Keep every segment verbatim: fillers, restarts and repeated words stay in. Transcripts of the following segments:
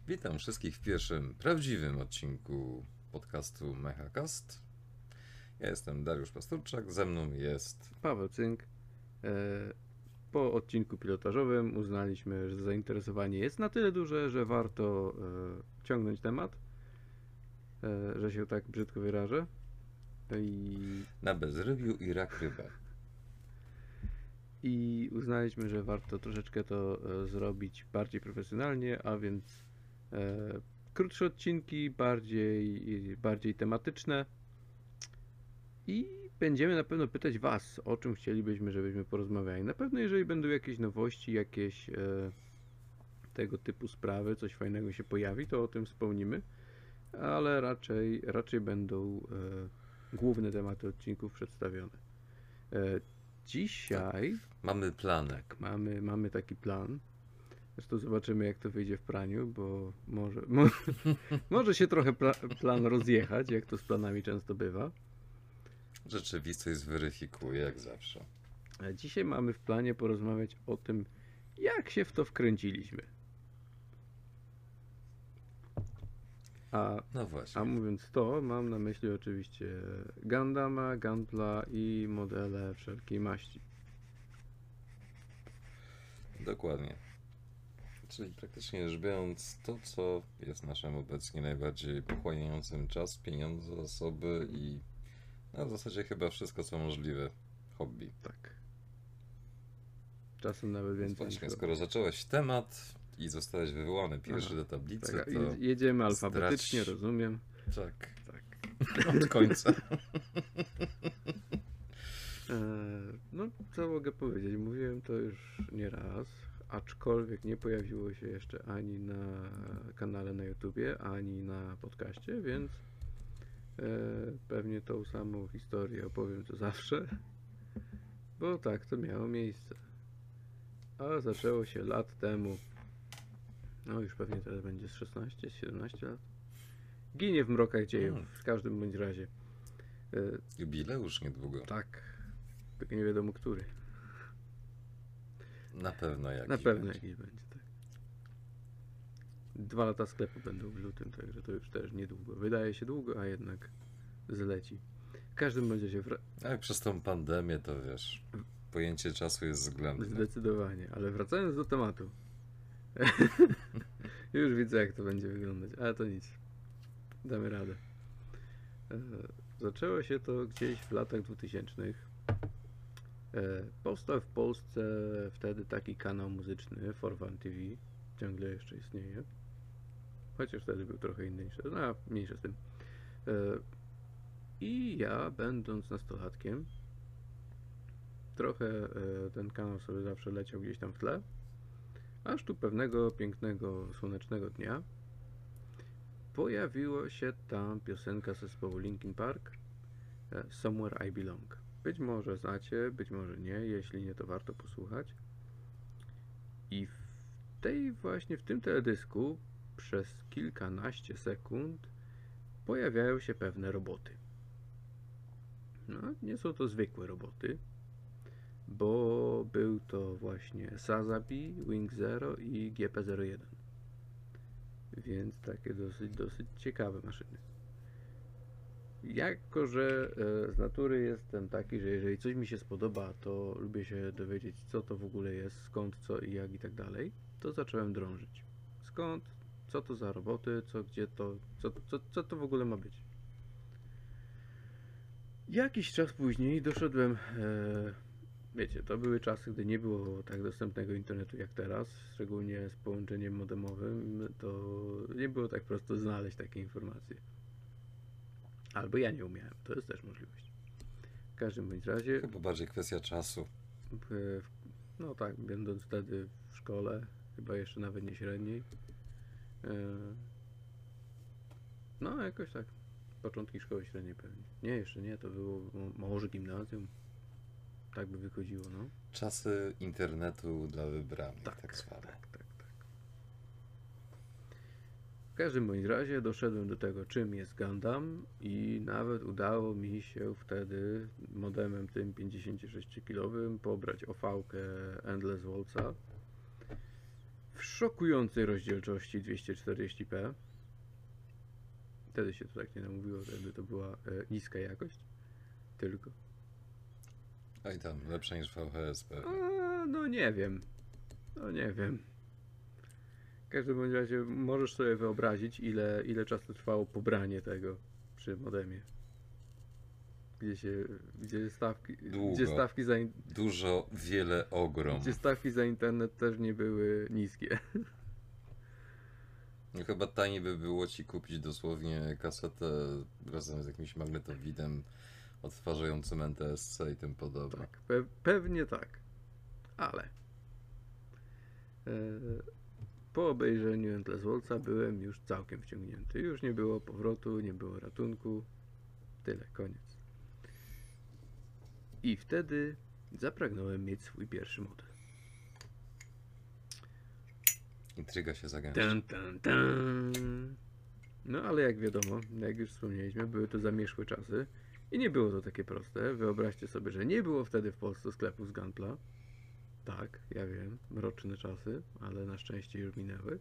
Witam wszystkich w pierwszym prawdziwym odcinku podcastu Mechacast. Ja jestem Dariusz Pasturczak, ze mną jest... Paweł Cynk. E, Po odcinku pilotażowym uznaliśmy, że zainteresowanie jest na tyle duże, że warto e, ciągnąć temat, e, że się tak brzydko wyrażę. I, Na bezrybiu i rak rybę. I uznaliśmy, że warto troszeczkę to e, zrobić bardziej profesjonalnie, a więc e, krótsze odcinki, bardziej, bardziej tematyczne. I będziemy na pewno pytać Was, o czym chcielibyśmy, żebyśmy porozmawiali. Na pewno, jeżeli będą jakieś nowości, jakieś e, tego typu sprawy, coś fajnego się pojawi, to o tym wspomnimy, ale raczej, raczej będą e, główne tematy odcinków przedstawione. E, dzisiaj Tak, mamy plany. tak, mamy, mamy taki plan. Zresztą zobaczymy, jak to wyjdzie w praniu, bo może, mo, może się trochę pla- plan rozjechać, jak to z planami często bywa. Rzeczywistość zweryfikuje, jak zawsze. Dzisiaj mamy w planie porozmawiać o tym, jak się w to wkręciliśmy. A, No właśnie. a mówiąc to, mam na myśli oczywiście Gundama, Gunpla i modele wszelkiej maści. Dokładnie. Czyli praktycznie rzecz biorąc, to co jest naszym obecnie najbardziej pochłaniającym czas, pieniądze, zasoby i no, w zasadzie chyba wszystko co możliwe hobby. Tak. Czasem nawet Więc więcej. właśnie, niż skoro zacząłeś temat i zostałeś wywołany pierwszy Aha, do tablicy, tak, to je- jedziemy alfabetycznie, zdradź- rozumiem. Tak, Tak. od końca. E, no, co mogę powiedzieć? Mówiłem to już nie raz, aczkolwiek nie pojawiło się jeszcze ani na kanale na YouTubie, ani na podcaście, więc e, pewnie tą samą historię opowiem co zawsze, bo tak to miało miejsce. A zaczęło się lat temu, no już pewnie teraz będzie z szesnaście, siedemnaście lat. Ginie w mrokach dziejów, Hmm. w każdym bądź razie. E, Jubileusz niedługo. tak, tylko nie wiadomo który. Na pewno jakiś Na pewno będzie. jakiś będzie, tak. Dwa lata sklepu będą w lutym, także to już też niedługo. Wydaje się długo, a jednak zleci. W każdym bądź razie wra- Ale przez tą pandemię to wiesz, pojęcie czasu jest względne. zdecydowanie, ale wracając do tematu. Już widzę, jak to będzie wyglądać, ale to nic. Damy radę. E, zaczęło się to gdzieś w latach dwutysięcznych. E, powstał w Polsce wtedy taki kanał muzyczny For Fun T V. Ciągle jeszcze istnieje. Chociaż wtedy był trochę inny niż teraz. No, mniejsze z tym. E, I ja, będąc nastolatkiem, trochę e, ten kanał sobie zawsze leciał gdzieś tam w tle. Aż tu pewnego pięknego, słonecznego dnia pojawiła się tam piosenka zespołu Linkin Park, e, Somewhere I Belong. Być może znacie, być może nie. Jeśli nie, to warto posłuchać. I w tej właśnie, w tym teledysku przez kilkanaście sekund pojawiają się pewne roboty. No, nie są to zwykłe roboty, bo był to właśnie Sazabi, Wing Zero i G P zero jeden. Więc takie dosyć, dosyć ciekawe maszyny. Jako, że e, z natury jestem taki, że jeżeli coś mi się spodoba, to lubię się dowiedzieć, co to w ogóle jest, skąd, co i jak i tak dalej, to zacząłem drążyć. Skąd, co to za roboty, co, gdzie to, co, co, co to w ogóle ma być. Jakiś czas później doszedłem, e, wiecie, to były czasy, gdy nie było tak dostępnego internetu jak teraz, szczególnie z połączeniem modemowym, to nie było tak prosto znaleźć takie informacje. Albo ja nie umiałem, to jest też możliwość. W każdym bądź razie, Chyba bardziej kwestia czasu. w, w, no tak, będąc wtedy w szkole, chyba jeszcze nawet nie średniej, e, no jakoś tak, początki szkoły średniej pewnie. Nie, jeszcze nie, to było mo- może gimnazjum, tak by wychodziło, no. Czasy internetu dla wybranych, tak, tak zwane. Tak, tak, tak. W każdym bądź razie doszedłem do tego, czym jest Gundam i nawet udało mi się wtedy modemem tym pięćdziesięciosześciokilowym pobrać O V-kę Endless Waltza. W szokującej rozdzielczości dwieście czterdzieści p. Wtedy się to tak nie namówiło, wtedy to była e, niska jakość. Tylko. Oj tam, lepsze niż V H S pewnie. A, no nie wiem. No nie wiem. W każdym bądź razie możesz sobie wyobrazić, ile, ile czasu trwało pobranie tego przy modemie. Gdzie się, gdzie stawki, Długo. gdzie stawki za, in- Dużo, wiele, ogrom. gdzie stawki za internet też nie były niskie. No chyba taniej by było ci kupić dosłownie kasetę razem z jakimś magnetowidem odtwarzającym N T S C i tym podobne. Tak, pe- pewnie tak. Ale e, po obejrzeniu Endless Waltza byłem już całkiem wciągnięty. Już nie było powrotu, nie było ratunku. Tyle, koniec. I wtedy zapragnąłem mieć swój pierwszy model. Intryga się zagęszcza. Tan, tan, tan. No ale jak wiadomo, jak już wspomnieliśmy, były to zamierzchłe czasy i nie było to takie proste. Wyobraźcie sobie, że nie było wtedy w Polsce sklepu z Gunpla. Tak, ja wiem, mroczne czasy, ale na szczęście już minęły.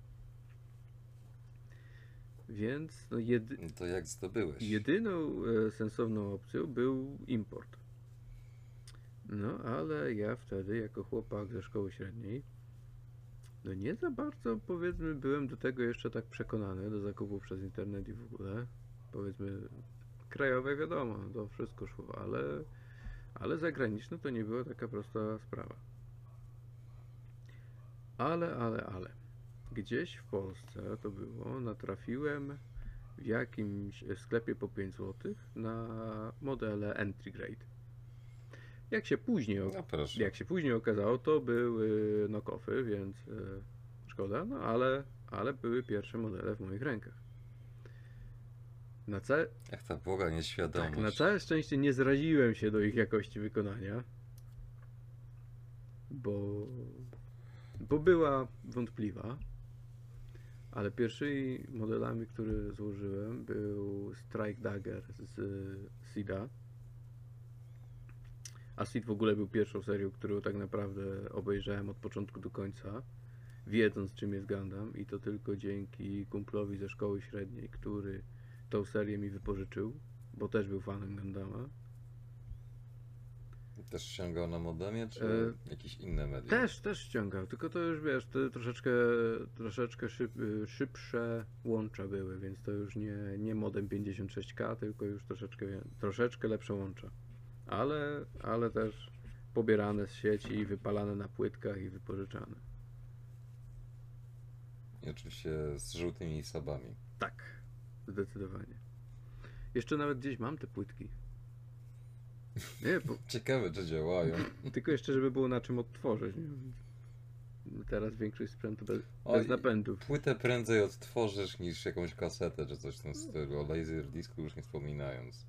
Więc no jedy No to jak zdobyłeś? jedyną e, sensowną opcją był import. No ale ja wtedy, jako chłopak ze szkoły średniej, no nie za bardzo, powiedzmy, byłem do tego jeszcze tak przekonany, do zakupu przez internet i w ogóle. Powiedzmy, krajowe wiadomo, to wszystko szło, ale, ale zagraniczne to nie była taka prosta sprawa. Ale, ale, ale. Gdzieś w Polsce to było, natrafiłem w jakimś sklepie po pięć złotych na modele entry grade. Jak się później, o- No proszę. jak się później okazało, to były knock-offy, więc e, szkoda, no ale, ale były pierwsze modele w moich rękach. Na, ca- Jak ta Boga nieświadomość. tak, na całe szczęście nie zraziłem się do ich jakości wykonania, bo, bo była wątpliwa, ale pierwszymi modelami, które złożyłem, był Strike Dagger z Seeda. A Seed w ogóle był pierwszą serią, którą tak naprawdę obejrzałem od początku do końca, wiedząc czym jest Gundam, i to tylko dzięki kumplowi ze szkoły średniej, który tą serię mi wypożyczył, bo też był fanem Gundama. Też ściągał na modemie, czy E, jakieś inne media? Też, też ściągał, tylko to już wiesz, to troszeczkę, troszeczkę szyb, szybsze łącza były, więc to już nie, nie modem pięćdziesiąt sześć K, tylko już troszeczkę, troszeczkę lepsze łącza. Ale, ale też pobierane z sieci, wypalane na płytkach i wypożyczane. I oczywiście z żółtymi sabami. Tak, zdecydowanie. Jeszcze nawet gdzieś mam te płytki. Nie, bo, Ciekawe, czy działają. tylko jeszcze, żeby było na czym odtworzyć. Nie? Teraz większość sprzętu bez, Oj, bez napędów. Płytę prędzej odtworzysz niż jakąś kasetę, czy coś w tym stylu. O Laserdiscu już nie wspominając.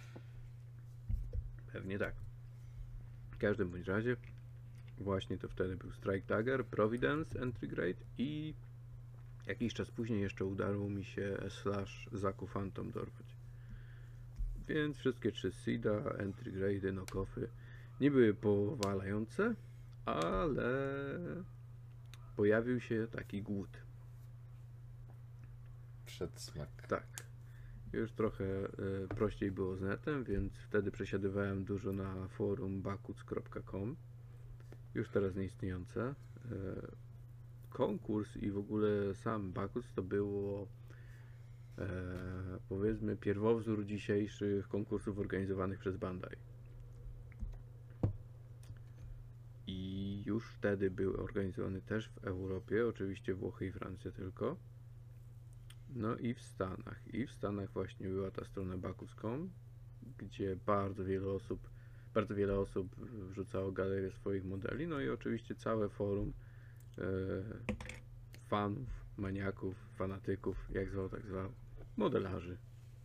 Pewnie tak. W każdym bądź razie właśnie to wtedy był Strike Dagger, Providence Entry Grade i jakiś czas później jeszcze udało mi się Slash Zaku Phantom dorwać. Więc wszystkie trzy Seeda, Entry Grade, knock-offy nie były powalające, ale pojawił się taki głód. Przedsmak. Tak. Już trochę e, prościej było z netem, więc wtedy przesiadywałem dużo na forum bakuc kropka com, już teraz nieistniejące. E, konkurs i w ogóle sam Bakuc to było e, powiedzmy pierwowzór dzisiejszych konkursów organizowanych przez Bandai. I już wtedy był organizowany też w Europie, oczywiście Włochy i Francja tylko. No i w Stanach. I w Stanach właśnie była ta strona bakuc kropka com, gdzie bardzo wiele osób, bardzo wiele osób wrzucało galerię swoich modeli. No i oczywiście całe forum e, fanów, maniaków, fanatyków, jak zwał, tak zwał, modelarzy.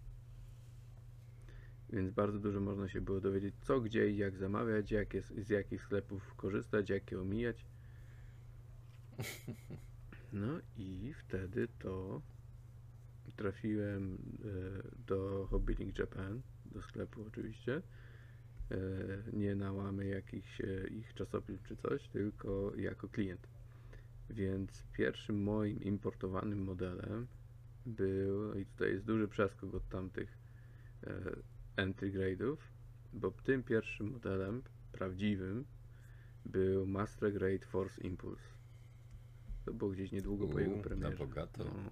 Więc bardzo dużo można się było dowiedzieć, co, gdzie i jak zamawiać, jak jest, z jakich sklepów korzystać, jak je omijać. No i wtedy to trafiłem e, do Hobby Link Japan, do sklepu oczywiście, e, nie na łamy jakichś e, ich czasopism czy coś, tylko jako klient. Więc pierwszym moim importowanym modelem był, i tutaj jest duży przeskok od tamtych e, entry grade'ów, bo tym pierwszym modelem prawdziwym był Master Grade Force Impulse. To było gdzieś niedługo po jego U, na premierze. bogato. No.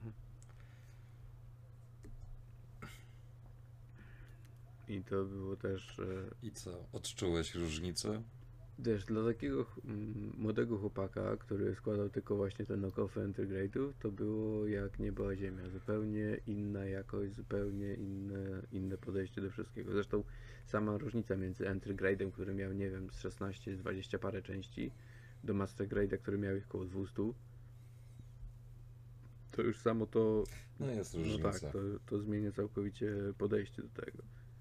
I to było też, e, I co, odczułeś różnicę? też dla takiego ch- m, młodego chłopaka, który składał tylko właśnie te knock-offy entry grade'ów, to było jak niebo a ziemia. Zupełnie inna jakość, zupełnie inne, inne podejście do wszystkiego. Zresztą sama różnica między entry grade'em, który miał, nie wiem, z szesnaście, dwadzieścia parę części, do master grade'a, który miał ich około dwieście, to już samo to, No jest no różnica. tak, to, to zmienia całkowicie podejście do tego.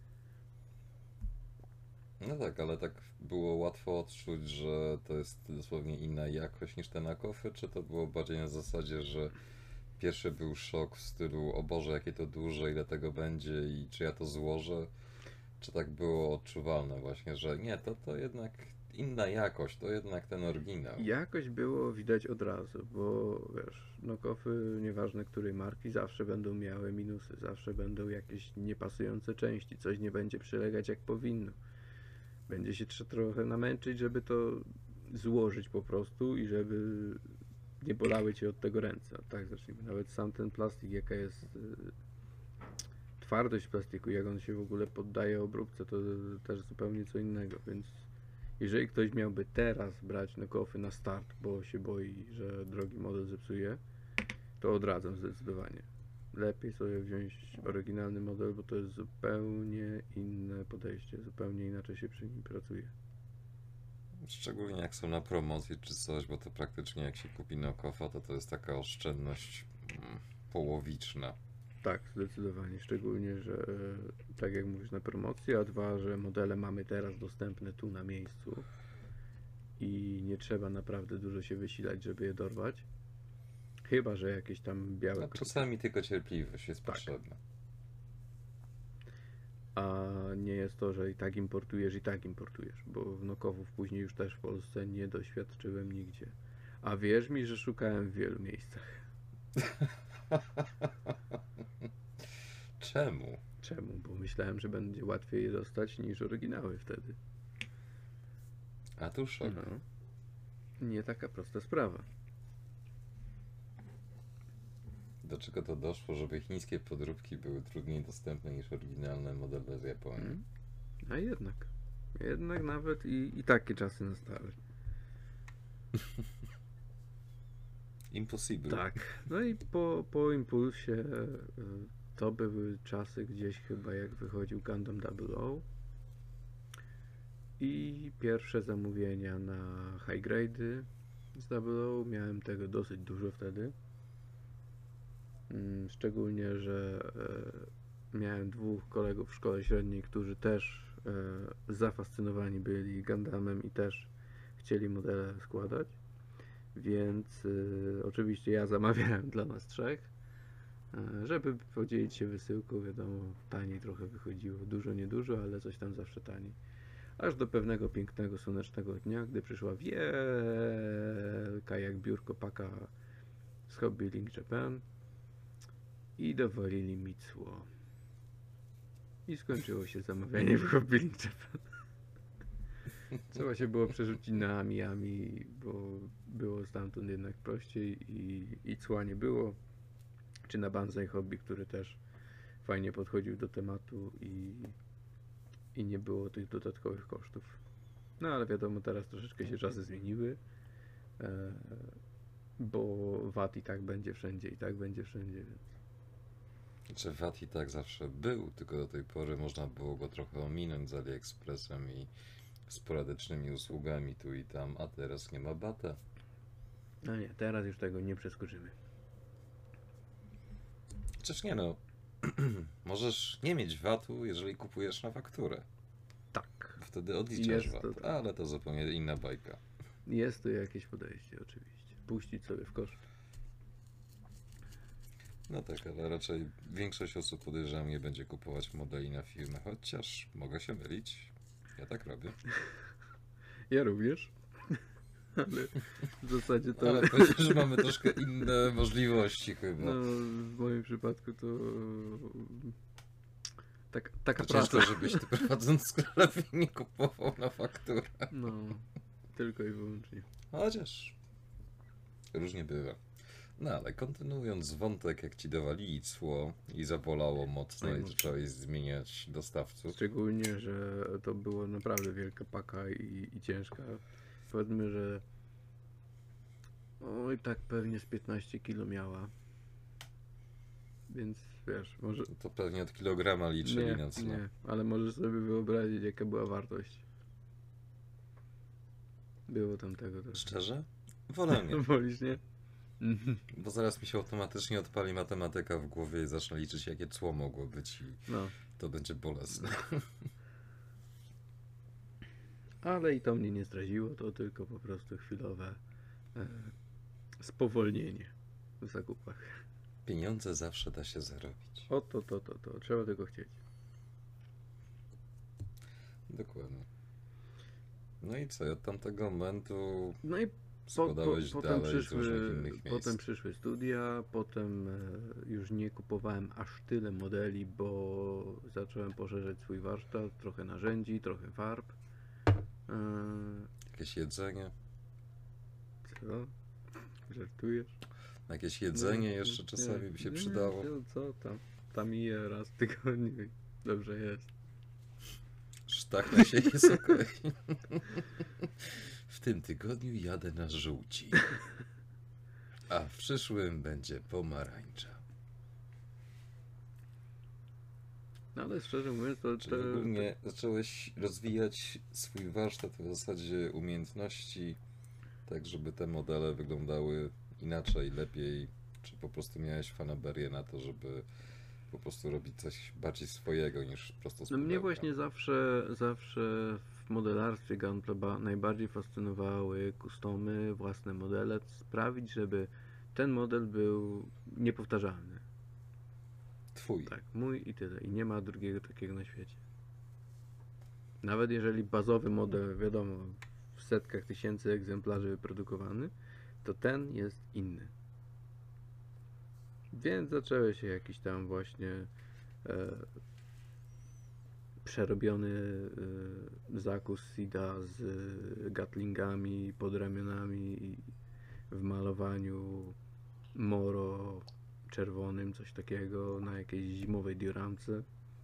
No tak, ale tak było łatwo odczuć, że to jest dosłownie inna jakość niż te nakofy, czy to było bardziej na zasadzie, że pierwszy był szok w stylu o Boże, jakie to duże, ile tego będzie i czy ja to złożę, czy tak było odczuwalne właśnie, że nie, to, to jednak inna jakość, to jednak ten oryginał. Jakoś było widać od razu, bo wiesz, knock-offy, nieważne której marki, zawsze będą miały minusy, zawsze będą jakieś niepasujące części, coś nie będzie przylegać jak powinno. Będzie się trzeba trochę namęczyć, żeby to złożyć po prostu i żeby nie bolały cię od tego ręce. Tak, zacznijmy. Nawet sam ten plastik, jaka jest y, twardość plastiku, jak on się w ogóle poddaje obróbce, to też zupełnie co innego, więc jeżeli ktoś miałby teraz brać knock-offy na start, bo się boi, że drogi model zepsuje, to odradzam zdecydowanie. Lepiej sobie wziąć oryginalny model, bo to jest zupełnie inne podejście, zupełnie inaczej się przy nim pracuje. Szczególnie jak są na promocji czy coś, bo to praktycznie jak się kupi knock-offa, to to jest taka oszczędność mm, połowiczna. Tak, zdecydowanie. Szczególnie, że e, tak jak mówisz, na promocji, a dwa, że modele mamy teraz dostępne tu na miejscu i nie trzeba naprawdę dużo się wysilać, żeby je dorwać. Chyba że jakieś tam białe No, kropki. czasami tylko cierpliwość jest Tak. potrzebna. A nie jest to, że i tak importujesz, i tak importujesz, bo knockowów później już też w Polsce nie doświadczyłem nigdzie. A wierz mi, że szukałem w wielu miejscach. Czemu? Czemu? Bo myślałem, że będzie łatwiej je dostać niż oryginały wtedy. A tu szok. No. Nie taka prosta sprawa. Do czego to doszło, żeby chińskie podróbki były trudniej dostępne niż oryginalne modele z Japonii? Mm. A jednak. Jednak nawet i, i takie czasy nastały. Impossible. Tak. No i po, po Impulsie y, to były czasy gdzieś chyba jak wychodził Gundam Double O i pierwsze zamówienia na high grade'y z Double O. Miałem tego dosyć dużo wtedy. Mm, Szczególnie, że e, miałem dwóch kolegów w szkole średniej, którzy też e, zafascynowani byli Gundamem i też chcieli modele składać. Więc e, oczywiście ja zamawiałem dla nas trzech, e, żeby podzielić się wysyłką. Wiadomo, taniej trochę wychodziło, dużo niedużo, ale coś tam zawsze taniej. Aż do pewnego pięknego, słonecznego dnia, gdy przyszła wielka jak biurko paka z Hobby Link Japan i dowolili mi cło. I skończyło się zamawianie w Hobby Link Japan. Trzeba się było przerzucić na Ami-Ami, bo było stamtąd jednak prościej i, i cła nie było. Czy na Banzai Hobby, który też fajnie podchodził do tematu i, i nie było tych dodatkowych kosztów. No ale wiadomo, teraz troszeczkę się czasy zmieniły, e, bo V A T i tak będzie wszędzie, i tak będzie wszędzie, więc Czy V A T i tak zawsze był, tylko do tej pory można było go trochę ominąć z AliExpressem i sporadycznymi usługami tu i tam, a teraz nie ma bata. no nie, teraz już tego nie przeskoczymy. Chociaż nie no, możesz nie mieć V A T-u, jeżeli kupujesz na fakturę. Tak, Wtedy odliczasz Jest to V A T, tak. ale to zupełnie inna bajka. jest to jakieś podejście oczywiście. Puścić sobie w koszt. No tak, ale raczej większość osób, podejrzewam, nie będzie kupować modeli na firmę, chociaż mogę się mylić. Ja tak robię. Ja również. ale w zasadzie to... Ale powiedział, że mamy troszkę inne możliwości chyba. No, w moim przypadku to... Tak, taka To praca. ciężko, żebyś ty prowadząc sklep nie kupował na fakturę. No, tylko i wyłącznie. Chociaż różnie bywa. No ale kontynuując wątek, jak ci dawali cło i zabolało mocno i Najmocniej. zacząłeś zmieniać dostawców. Szczególnie, że to było naprawdę wielka paka i, i ciężka. Powiedzmy, że oj, tak pewnie z piętnaście kilo miała. Więc wiesz, może... To pewnie od kilograma liczyli Nie, na cło. nie, ale możesz sobie wyobrazić, jaka była wartość. Było tam tego też. Szczerze? Wolę nie. Wolisz, nie? Mhm. Bo zaraz mi się automatycznie odpali matematyka w głowie i zacznę liczyć, jakie cło mogło być i No, to będzie bolesne. ale i to mnie nie zdradziło, to tylko po prostu chwilowe e, spowolnienie w zakupach. Pieniądze zawsze da się zarobić. O to, to, to, to. Trzeba tego chcieć. Dokładnie. No i co, od tamtego momentu No i po, po, składałeś potem, dalej z różnych przyszły, innych miejsc. potem przyszły studia, potem e, już nie kupowałem aż tyle modeli, bo zacząłem poszerzać swój warsztat, trochę narzędzi, trochę farb. E, Jakieś jedzenie? co? Żartujesz? Jakieś jedzenie No, jeszcze nie, czasami by się nie, przydało. Co, co tam? Tam je raz w tygodniu. i Dobrze jest. Sztachna się jest okej. W tym tygodniu jadę na żółci. A w przyszłym będzie pomarańcza. No ale szczerze mówiąc, to... Czyli to ogólnie zacząłeś rozwijać swój warsztat, w zasadzie umiejętności, tak żeby te modele wyglądały inaczej, lepiej, czy po prostu miałeś fanaberię na to, żeby po prostu robić coś bardziej swojego niż prosto z No mnie pudełka. właśnie zawsze, zawsze w modelarstwie Gunpla najbardziej fascynowały customy, własne modele, sprawić, żeby ten model był niepowtarzalny. Twój. Tak, mój i tyle. I nie ma drugiego takiego na świecie. Nawet jeżeli bazowy model, wiadomo, w setkach tysięcy egzemplarzy wyprodukowany, to ten jest inny. Więc zaczęły się jakiś tam właśnie e, przerobiony e, zakus Sida z e, gatlingami pod ramionami i w malowaniu moro czerwonym, coś takiego na jakiejś zimowej dioramce.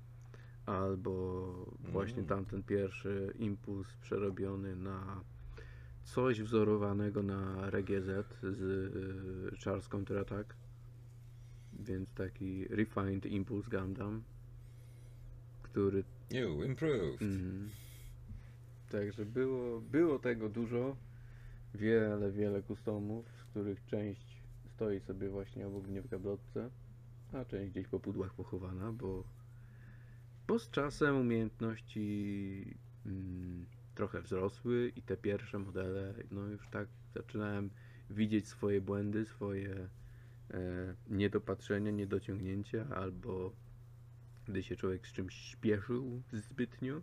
Albo właśnie Mm. tamten pierwszy impuls przerobiony na coś wzorowanego na R G Z z y, Charles Counterattack, więc taki Refined Impulse Gundam, który... You improved. Mm, także było, było tego dużo, wiele, wiele customów, z których część stoi sobie właśnie obok mnie w gablotce, a część gdzieś po pudłach pochowana, bo Bo z czasem umiejętności mm, trochę wzrosły i te pierwsze modele, no już tak zaczynałem widzieć swoje błędy, swoje e, niedopatrzenia, niedociągnięcia, albo gdy się człowiek z czymś śpieszył zbytnio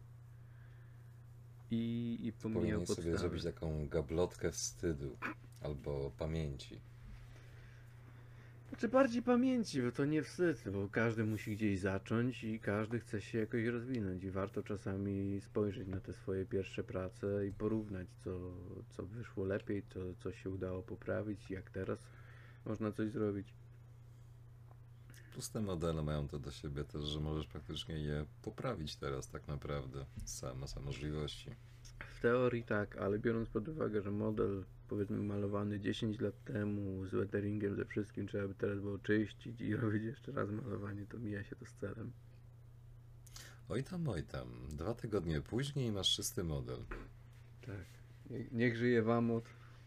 i, i pomijał Powinieneś sobie podstawy. zrobić taką gablotkę wstydu albo pamięci. Znaczy bardziej pamięci, bo to nie wstyd, bo każdy musi gdzieś zacząć i każdy chce się jakoś rozwinąć i warto czasami spojrzeć na te swoje pierwsze prace i porównać, co, co wyszło lepiej, co, co się udało poprawić, jak teraz można coś zrobić. Plus te modele mają to do siebie też, że możesz praktycznie je poprawić teraz tak naprawdę. Cała masa możliwości. W teorii tak, ale biorąc pod uwagę, że model powiedzmy malowany dziesięć lat temu z weatheringiem, ze wszystkim trzeba by teraz było czyścić i robić jeszcze raz malowanie, to mija się to z celem. Oj tam, oj tam. Dwa tygodnie później masz czysty model. Tak. Niech, niech żyje Wamut.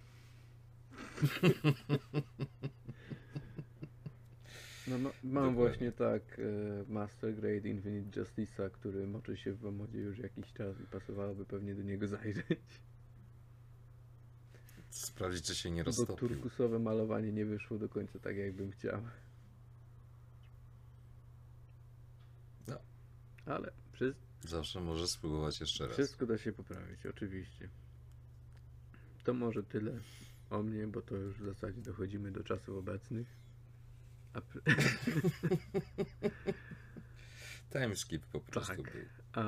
No, ma, mam Dokładnie. właśnie tak e, Master Grade Infinite Justice'a, który moczy się w Wamodzie już jakiś czas i pasowałoby pewnie do niego zajrzeć. Sprawdzić, czy się nie Bo roztopił. turkusowe malowanie nie wyszło do końca tak, jakbym chciał. No. Ale wszy- Zawsze możesz spróbować jeszcze raz. wszystko da się poprawić, oczywiście. to może tyle o mnie, bo to już w zasadzie dochodzimy do czasów obecnych. A, pr- Timeskip po prostu Tak. był. a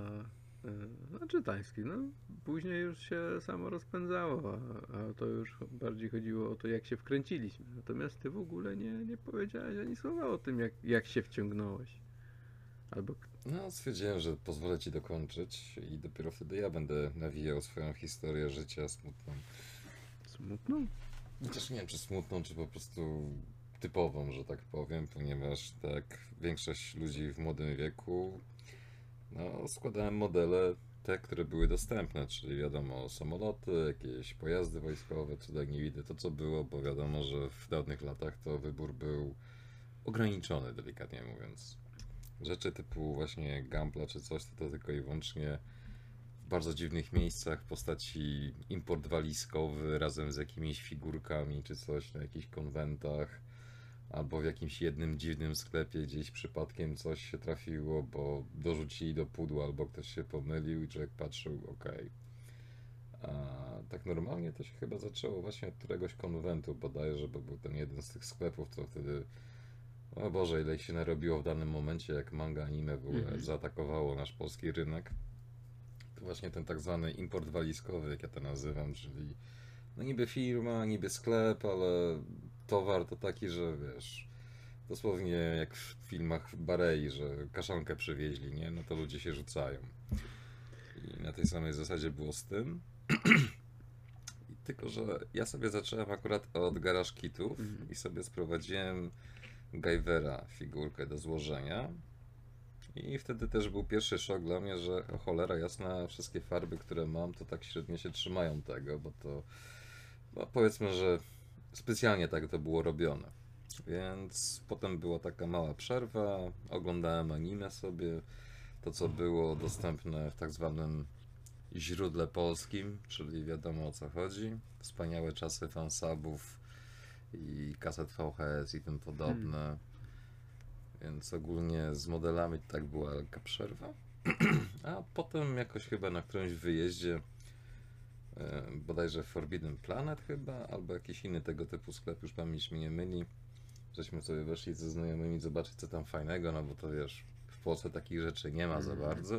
e, znaczy tański, no później już się samo rozpędzało, a, a to już bardziej chodziło o to, jak się wkręciliśmy. Natomiast ty w ogóle nie, nie powiedziałeś ani słowa o tym, jak, jak się wciągnąłeś. Albo k- No, stwierdziłem, że pozwolę ci dokończyć i dopiero wtedy ja będę nawijał swoją historię życia smutną. smutną? Chociaż nie wiem, czy smutną, czy po prostu typową, że tak powiem, ponieważ tak większość ludzi w młodym wieku, no, składałem modele te, które były dostępne, czyli wiadomo, samoloty, jakieś pojazdy wojskowe, cuda nie widzę to, co było, bo wiadomo, że w dawnych latach to wybór był ograniczony, delikatnie mówiąc. Rzeczy typu właśnie Gampla czy coś, to, to tylko i wyłącznie w bardzo dziwnych miejscach w postaci import walizkowy razem z jakimiś figurkami czy coś na jakichś konwentach albo w jakimś jednym dziwnym sklepie gdzieś przypadkiem coś się trafiło, bo dorzucili do pudła albo ktoś się pomylił i człowiek patrzył, okej. A tak normalnie to się chyba zaczęło właśnie od któregoś konwentu bodajże, bo był ten jeden z tych sklepów, co wtedy, o Boże, ile ich się narobiło w danym momencie, jak manga anime w ogóle Mhm. zaatakowało nasz polski rynek. To właśnie ten tak zwany import walizkowy, jak ja to nazywam, czyli no niby firma, niby sklep, ale towar to taki, że wiesz, dosłownie jak w filmach Barei, że kaszankę przywieźli, nie? No to ludzie się rzucają. I na tej samej zasadzie było z tym. I tylko, że ja sobie zacząłem akurat od garaż kitów Mhm. i sobie sprowadziłem Gaivera figurkę do złożenia. I wtedy też był pierwszy szok dla mnie, że o cholera jasna, wszystkie farby, które mam, to tak średnio się trzymają tego, bo to, no powiedzmy, że specjalnie tak to było robione. Więc potem była taka mała przerwa, oglądałem anime sobie, to co było dostępne w tak zwanym źródle polskim, czyli wiadomo o co chodzi. Wspaniałe czasy fansubów i kaset V H S i tym podobne. Więc ogólnie z modelami tak była lekka przerwa. A potem jakoś chyba na którymś wyjeździe, e, bodajże Forbidden Planet chyba, albo jakiś inny tego typu sklep, już pamięć mnie nie myli, żeśmy sobie weszli ze znajomymi zobaczyć co tam fajnego, no bo to wiesz, w Polsce takich rzeczy nie ma za Mhm. bardzo.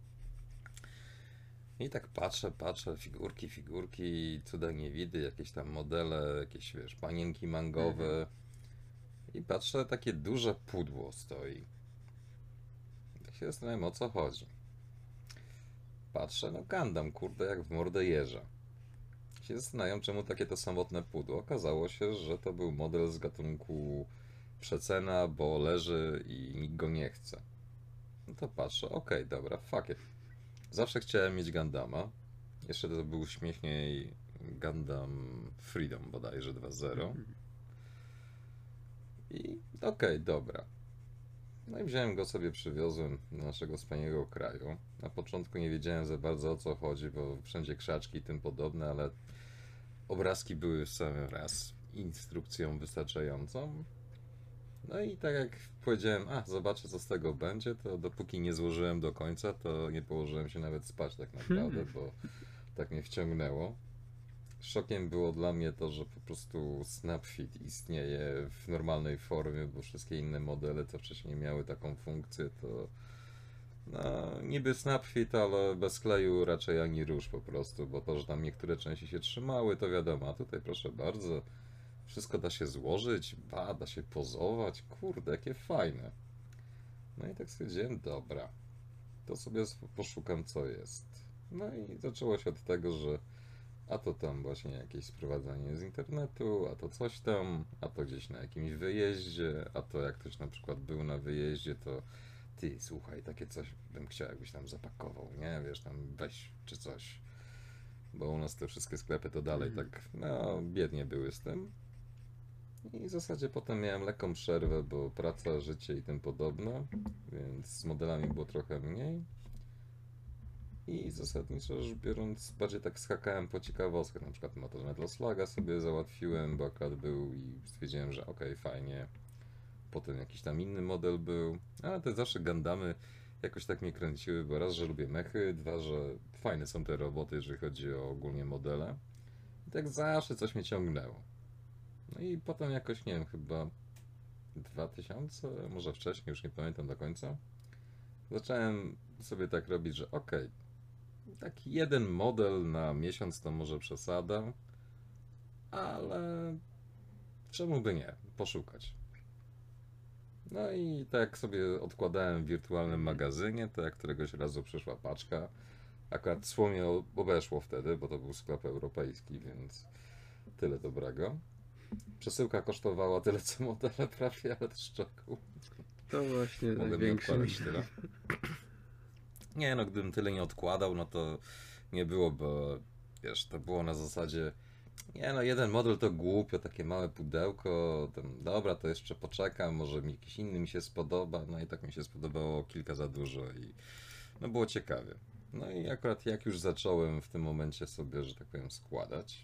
I tak patrzę, patrzę, figurki, figurki, cuda nie widy, jakieś tam modele, jakieś wiesz, panienki mangowe. I patrzę, takie duże pudło stoi. Tak się zastanawiam, o co chodzi. Patrzę, no Gundam, kurde, jak w mordę jeża. Się zastanawiam, czemu takie to samotne pudło. Okazało się, że to był model z gatunku przecena, bo leży i nikt go nie chce. No to patrzę, okej, dobra, fuck it. Zawsze chciałem mieć Gundama. Jeszcze to był śmieszniej Gundam Freedom bodajże dwa zero. Mhm. I okej, dobra. No i wziąłem go sobie, przywiozłem do naszego wspaniałego kraju. Na początku nie wiedziałem za bardzo o co chodzi, bo wszędzie krzaczki i tym podobne, ale obrazki były w sam raz instrukcją wystarczającą. No i tak jak powiedziałem, a zobaczę co z tego będzie, to dopóki nie złożyłem do końca, to nie położyłem się nawet spać tak naprawdę, bo tak mnie wciągnęło. Szokiem było dla mnie to, że po prostu Snapfit istnieje w normalnej formie, bo wszystkie inne modele, co wcześniej miały taką funkcję, to no, niby Snapfit, ale bez kleju raczej ani róż po prostu, bo to, że tam niektóre części się trzymały, to wiadomo, a tutaj proszę bardzo, wszystko da się złożyć, ba, da się pozować, kurde, jakie fajne. No i tak stwierdziłem, dobra, to sobie poszukam co jest. No i zaczęło się od tego, że a to tam właśnie jakieś sprowadzanie z internetu, a to coś tam, a to gdzieś na jakimś wyjeździe, a to jak ktoś na przykład był na wyjeździe, to ty, słuchaj, takie coś bym chciał, jakbyś tam zapakował, nie? Wiesz, tam weź czy coś. Bo u nas te wszystkie sklepy to dalej Mhm. tak, no, biednie były z tym. I w zasadzie potem miałem lekką przerwę, bo praca, życie i tym podobne, więc z modelami było trochę mniej. I zasadniczo rzecz biorąc, bardziej tak skakałem po ciekawostkach. Na przykład motor Metal Sluga sobie załatwiłem, bo akurat był i stwierdziłem, że okej, fajnie. Potem jakiś tam inny model był, ale te zawsze Gundamy jakoś tak mnie kręciły, bo raz, że lubię mechy, dwa, że fajne są te roboty, jeżeli chodzi o ogólnie modele. Tak zawsze coś mnie ciągnęło. No i potem jakoś, nie wiem, chyba dwa tysiące, może wcześniej, już nie pamiętam do końca, zacząłem sobie tak robić, że okej, taki jeden model na miesiąc to może przesada, ale czemu by nie? Poszukać. No i tak sobie odkładałem w wirtualnym magazynie, to jak któregoś razu przyszła paczka. Akurat słomie obeszło wtedy, bo to był sklep europejski, więc tyle dobrego. Przesyłka kosztowała tyle co modele prawie, ale też czekał. To właśnie Mogłem nie największy odkładać minus. tyle. Nie no, gdybym tyle nie odkładał, no to nie było, bo wiesz, to było na zasadzie nie no, jeden model to głupio, takie małe pudełko, tam, dobra, to jeszcze poczekam, może mi jakiś inny mi się spodoba, no i tak mi się spodobało kilka za dużo i no było ciekawie. No i akurat jak już zacząłem w tym momencie sobie, że tak powiem, składać,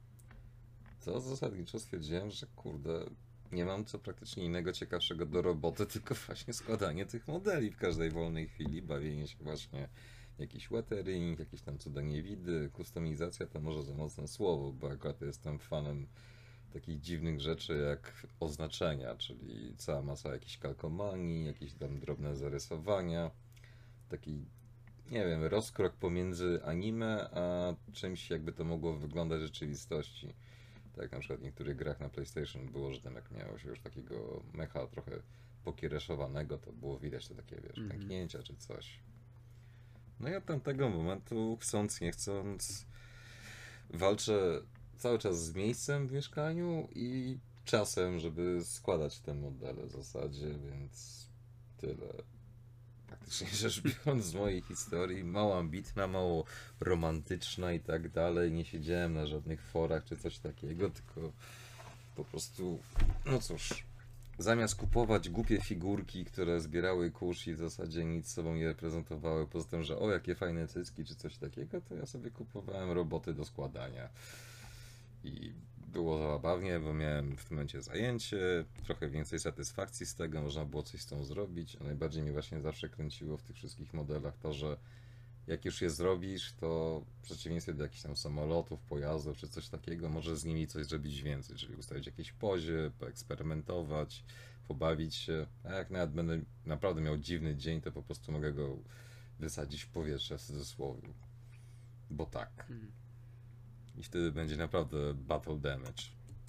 to zasadniczo stwierdziłem, że kurde, nie mam co praktycznie innego ciekawszego do roboty, tylko właśnie składanie tych modeli w każdej wolnej chwili, bawienie się właśnie jakiś lettering, jakieś tam cuda niewidy, kustomizacja to może za mocne słowo, bo akurat jestem fanem takich dziwnych rzeczy jak oznaczenia, czyli cała masa jakichś kalkomanii, jakieś tam drobne zarysowania, taki, nie wiem, rozkrok pomiędzy anime a czymś jakby to mogło wyglądać w rzeczywistości. Tak jak na przykład w niektórych grach na PlayStation było, że tam jak miało się już takiego mecha trochę pokiereszowanego, to było widać te takie, wiesz, Mhm. pęknięcia czy coś. No i od tamtego momentu, chcąc, nie chcąc, walczę cały czas z miejscem w mieszkaniu i czasem, żeby składać te modele w zasadzie, więc tyle. Praktycznie rzecz biorąc z mojej historii, mało ambitna, mało romantyczna i tak dalej. Nie siedziałem na żadnych forach czy coś takiego, tylko po prostu, no cóż, zamiast kupować głupie figurki, które zbierały kurz i w zasadzie nic sobą nie reprezentowały, poza tym, że o jakie fajne cycki czy coś takiego, to ja sobie kupowałem roboty do składania. I było zabawnie, bo miałem w tym momencie zajęcie, trochę więcej satysfakcji z tego, można było coś z tą zrobić, a najbardziej mnie właśnie zawsze kręciło w tych wszystkich modelach to, że jak już je zrobisz, to w przeciwieństwie do jakichś tam samolotów, pojazdów czy coś takiego, możesz z nimi coś zrobić więcej, czyli ustawić jakieś pozie, poeksperymentować, pobawić się. A jak nawet będę naprawdę miał dziwny dzień, to po prostu mogę go wysadzić w powietrze w cudzysłowie. Bo tak. Mhm. I wtedy będzie naprawdę battle damage.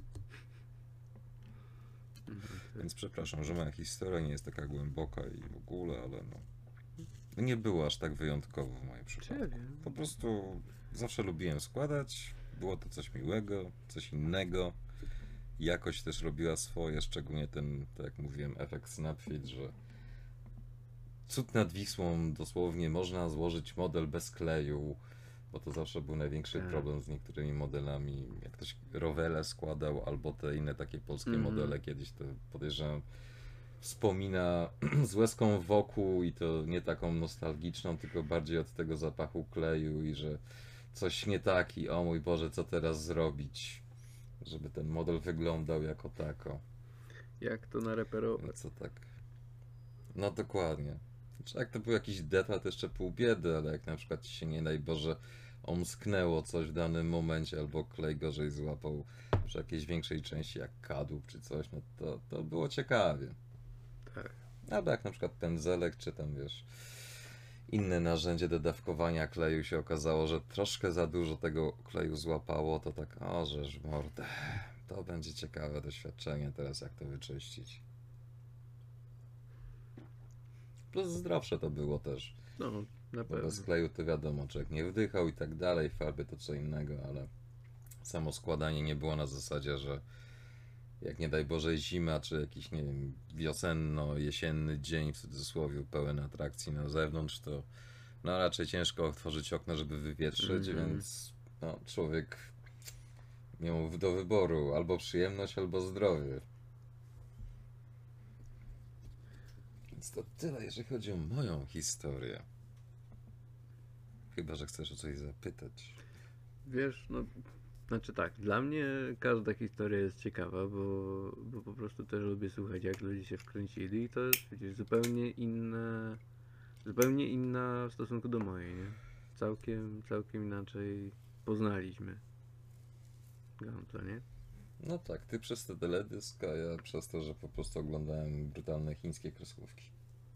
Mhm. Więc przepraszam, że moja historia nie jest taka głęboka i w ogóle, ale no. Nie było aż tak wyjątkowo w moim przypadku. Ciebie. Po prostu zawsze lubiłem składać, było to coś miłego, coś innego. Jakość też robiła swoje, szczególnie ten, tak jak mówiłem, efekt Snapfit, że cud nad Wisłą dosłownie można złożyć model bez kleju, bo to zawsze był największy Tak. problem z niektórymi modelami. Jak ktoś Rowele składał, albo te inne takie polskie Mhm. modele kiedyś, to podejrzewam wspomina z łezką wokół i to nie taką nostalgiczną, tylko bardziej od tego zapachu kleju i że coś nie tak i o mój Boże, co teraz zrobić, żeby ten model wyglądał jako tako. Jak to nareperować? Więc to tak. No dokładnie. Znaczy, jak to był jakiś detal, to jeszcze pół biedy, ale jak na przykład ci się nie daj Boże omsknęło coś w danym momencie, albo klej gorzej złapał przy jakiejś większej części, jak kadłub czy coś, no to, to było ciekawie. Tak. Albo jak na przykład pędzelek, czy tam wiesz, inne narzędzie do dawkowania kleju się okazało, że troszkę za dużo tego kleju złapało, to tak, o żeż w mordę, to będzie ciekawe doświadczenie teraz, jak to wyczyścić. Plus zdrowsze to było też, No, na bo bez pewno. kleju to wiadomo, człowiek nie wdychał i tak dalej, farby to co innego, ale samo składanie nie było na zasadzie, że jak nie daj Boże zima, czy jakiś, nie wiem, wiosenno-jesienny dzień w cudzysłowie pełen atrakcji na zewnątrz, to no raczej ciężko otworzyć okno, żeby wywietrzyć, Mhm. więc no, człowiek miał do wyboru albo przyjemność, albo zdrowie. Więc to tyle, jeżeli chodzi o moją historię. Chyba że chcesz o coś zapytać. Wiesz, no, znaczy tak, dla mnie każda historia jest ciekawa, bo, bo po prostu też lubię słuchać, jak ludzie się wkręcili i to jest przecież zupełnie inne, zupełnie inna w stosunku do mojej, nie? Całkiem, całkiem inaczej poznaliśmy. ściągałem to, nie? No tak, ty przez te teledysk, a ja przez to, że po prostu oglądałem brutalne chińskie kreskówki.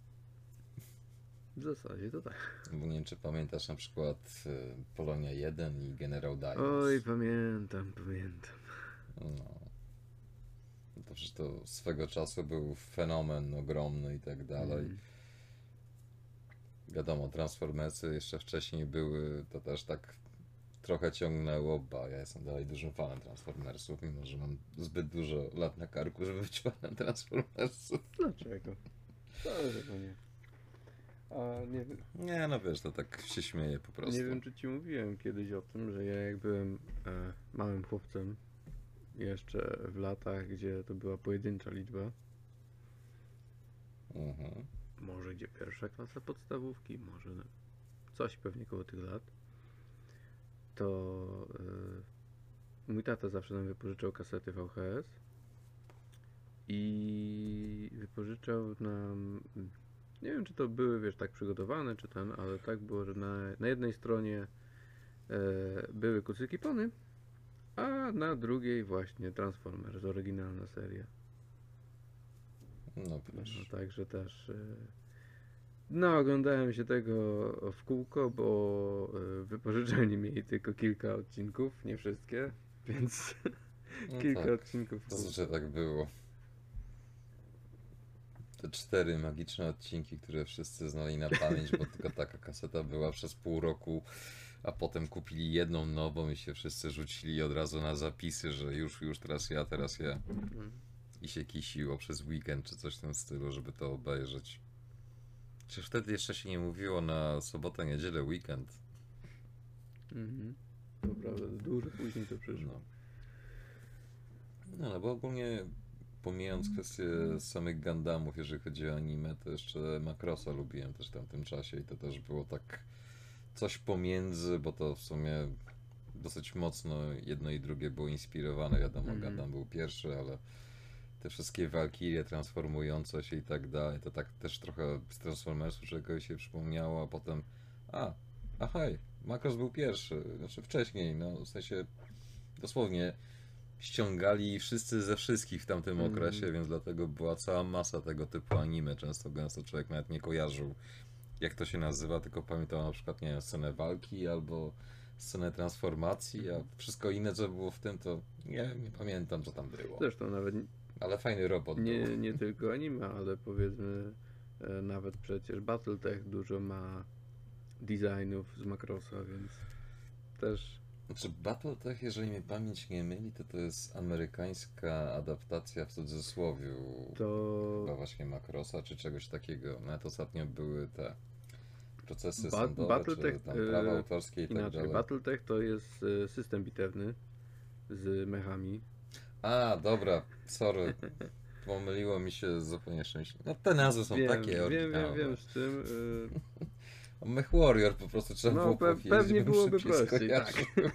W zasadzie to tak. Bo nie wiem, czy pamiętasz na przykład y, Polonia jeden i Generał Oj, Dinos. pamiętam, pamiętam. No. To, że to swego czasu był fenomen ogromny i tak dalej. Mm. Wiadomo, Transformersy jeszcze wcześniej były, to też tak trochę ciągnęło, bo ja jestem dalej dużym fanem Transformersów, mimo że mam zbyt dużo lat na karku, żeby być fanem Transformersów. Dlaczego? Dlaczego nie? A nie wiem, Nie, no wiesz, to tak się śmieje po prostu. nie wiem, czy ci mówiłem kiedyś o tym, że ja jak byłem e, małym chłopcem, jeszcze w latach, gdzie to była pojedyncza liczba, Mhm. może gdzie pierwsza klasa podstawówki, może no, coś pewnie koło tych lat, to e, mój tata zawsze nam wypożyczał kasety V H S i wypożyczał nam, nie wiem czy to były, wiesz, tak przygotowane, czy ten, ale tak było, że na, na jednej stronie e, były kucyki Pony, a na drugiej właśnie Transformers, oryginalna seria. No No, proszę. także też. e, No, oglądałem się tego w kółko, bo e, wypożyczalni mieli tylko kilka odcinków, nie wszystkie, więc No kilka tak, odcinków w kółko. zazwyczaj tak było. Te cztery magiczne odcinki, które wszyscy znali na pamięć, bo tylko taka kaseta była przez pół roku, a potem kupili jedną nową i się wszyscy rzucili od razu na zapisy, że już, już, teraz ja, teraz ja. Mhm. I się kisiło przez weekend czy coś w tym stylu, żeby to obejrzeć. Przecież wtedy jeszcze się nie mówiło na sobotę, niedzielę, weekend. Mhm. To prawda, dużo później to przyszło. No. No, no bo ogólnie pomijając kwestię samych Gundamów, jeżeli chodzi o anime, to jeszcze Macrossa lubiłem też w tamtym czasie i to też było tak coś pomiędzy, bo to w sumie dosyć mocno jedno i drugie było inspirowane. Wiadomo, Mhm. Gundam był pierwszy, ale te wszystkie walkirie transformujące się i tak dalej, to tak też trochę z Transformersów czegoś się przypomniało, a potem a, a hej, Macross był pierwszy, znaczy wcześniej, no w sensie dosłownie ściągali wszyscy ze wszystkich w tamtym Mhm. okresie, więc dlatego była cała masa tego typu anime. Często gęsto człowiek nawet nie kojarzył, jak to się nazywa, tylko pamiętał na przykład, nie wiem, scenę walki albo scenę transformacji, a wszystko inne, co było w tym, to nie, nie pamiętam, co tam było. Zresztą nawet Ale fajny robot nie, był. nie tylko anime, ale powiedzmy e, nawet przecież Battletech dużo ma designów z Macrossa, więc też Znaczy Battletech, jeżeli mnie pamięć nie myli, to to jest amerykańska adaptacja w cudzysłowie to chyba właśnie Macrossa czy czegoś takiego. Nawet ostatnio były te procesy Ba- sądowe, Battletech, czy tam prawa e, autorskie i tak inaczej. dalej. Battletech to jest e, system bitewny z mechami. A, dobra, sorry. Pomyliło mi się zupełnie z czymś. No te nazwy są wiem, takie wiem, wiem, oryginalne. wiem z czym. e, Mech Warrior po prostu trzeba No, było pe- powiedzieć, pewnie żebym byłoby szybciej prościej, tak. skojarzył.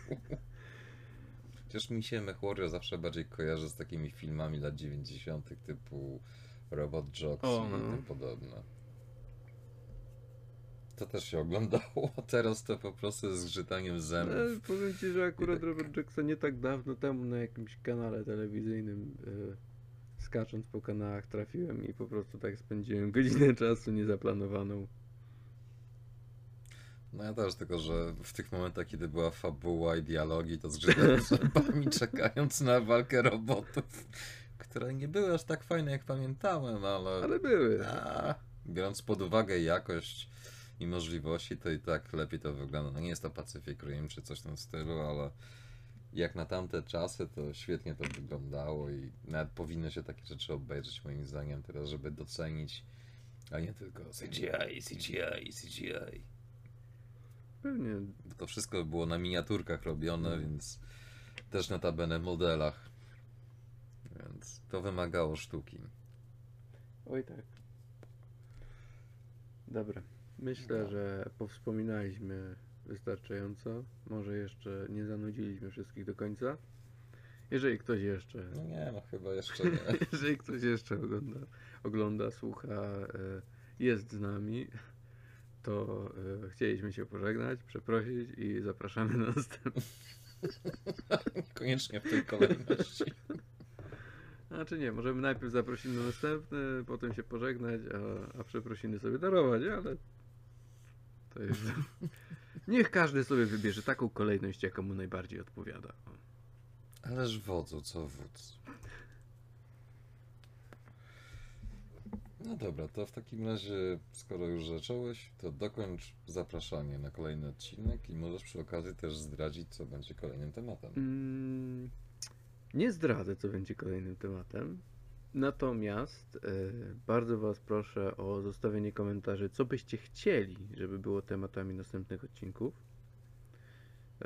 Chociaż mi się Mech Warrior zawsze bardziej kojarzy z takimi filmami lat dziewięćdziesiątych typu Robot Jox O, i no. tym podobne. To też się oglądało, a teraz to po prostu z zgrzytaniem E, zębów. powiem ci, że akurat tak- Robert Jackson nie tak dawno temu na jakimś kanale telewizyjnym e, skacząc po kanałach trafiłem i po prostu tak spędziłem godzinę czasu niezaplanowaną. No ja też, tylko że w tych momentach, kiedy była fabuła i dialogi, to zgrzytałem zębami, czekając na walkę robotów, które nie były aż tak fajne, jak pamiętałem, ale... Ale były. A, biorąc pod uwagę jakość i możliwości, to i tak lepiej to wygląda. No nie jest to Pacific Rim czy coś w tym stylu, ale jak na tamte czasy, to świetnie to wyglądało i nawet powinno się takie rzeczy obejrzeć moim zdaniem teraz, żeby docenić, a nie tylko C G I, C G I, C G I. Pewnie. Bo to wszystko było na miniaturkach robione, Mm. więc też notabene modelach. Więc to wymagało sztuki. Oj tak. Dobra. Myślę, No. że powspominaliśmy wystarczająco. Może jeszcze nie zanudziliśmy wszystkich do końca. Jeżeli ktoś jeszcze, No nie, no chyba jeszcze nie. jeżeli ktoś jeszcze ogląda, ogląda słucha, e, jest z nami, to e, chcieliśmy się pożegnać, przeprosić i zapraszamy na następny. Niekoniecznie w tej kolejności. Znaczy nie, możemy najpierw zaprosić na następny, potem się pożegnać, a, a przeprosiny sobie darować, ale to jest... Niech każdy sobie wybierze taką kolejność, jaka mu najbardziej odpowiada. O. Ależ wodzu, co wódz. No dobra, to w takim razie, skoro już zacząłeś, to dokończ zapraszanie na kolejny odcinek i możesz przy okazji też zdradzić, co będzie kolejnym tematem. Mm, nie zdradzę, co będzie kolejnym tematem. Natomiast e, bardzo Was proszę o zostawienie komentarzy, co byście chcieli, żeby było tematami następnych odcinków. E,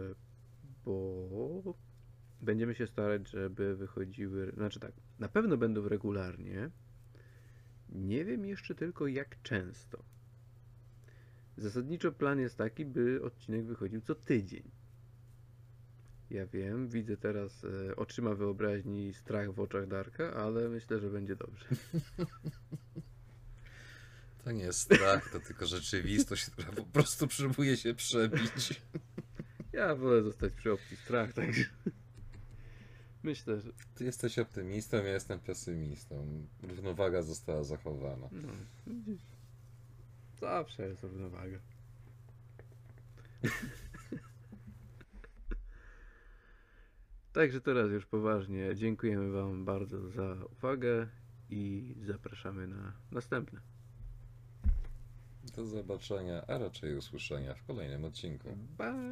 bo będziemy się starać, żeby wychodziły. Znaczy tak, na pewno będą regularnie. Nie wiem jeszcze tylko jak często. Zasadniczo plan jest taki, by odcinek wychodził co tydzień. Ja wiem, widzę teraz e, oczyma wyobraźni strach w oczach Darka, ale myślę, że będzie dobrze. To nie jest strach, to tylko rzeczywistość, która po prostu próbuje się przebić. Ja wolę zostać przy opcji strach, także myślę, że Ty jesteś optymistą, ja jestem pesymistą. Równowaga została zachowana. no, widzisz, zawsze jest równowaga. Także teraz już poważnie dziękujemy Wam bardzo za uwagę i zapraszamy na następne. Do zobaczenia, a raczej usłyszenia w kolejnym odcinku. Bye!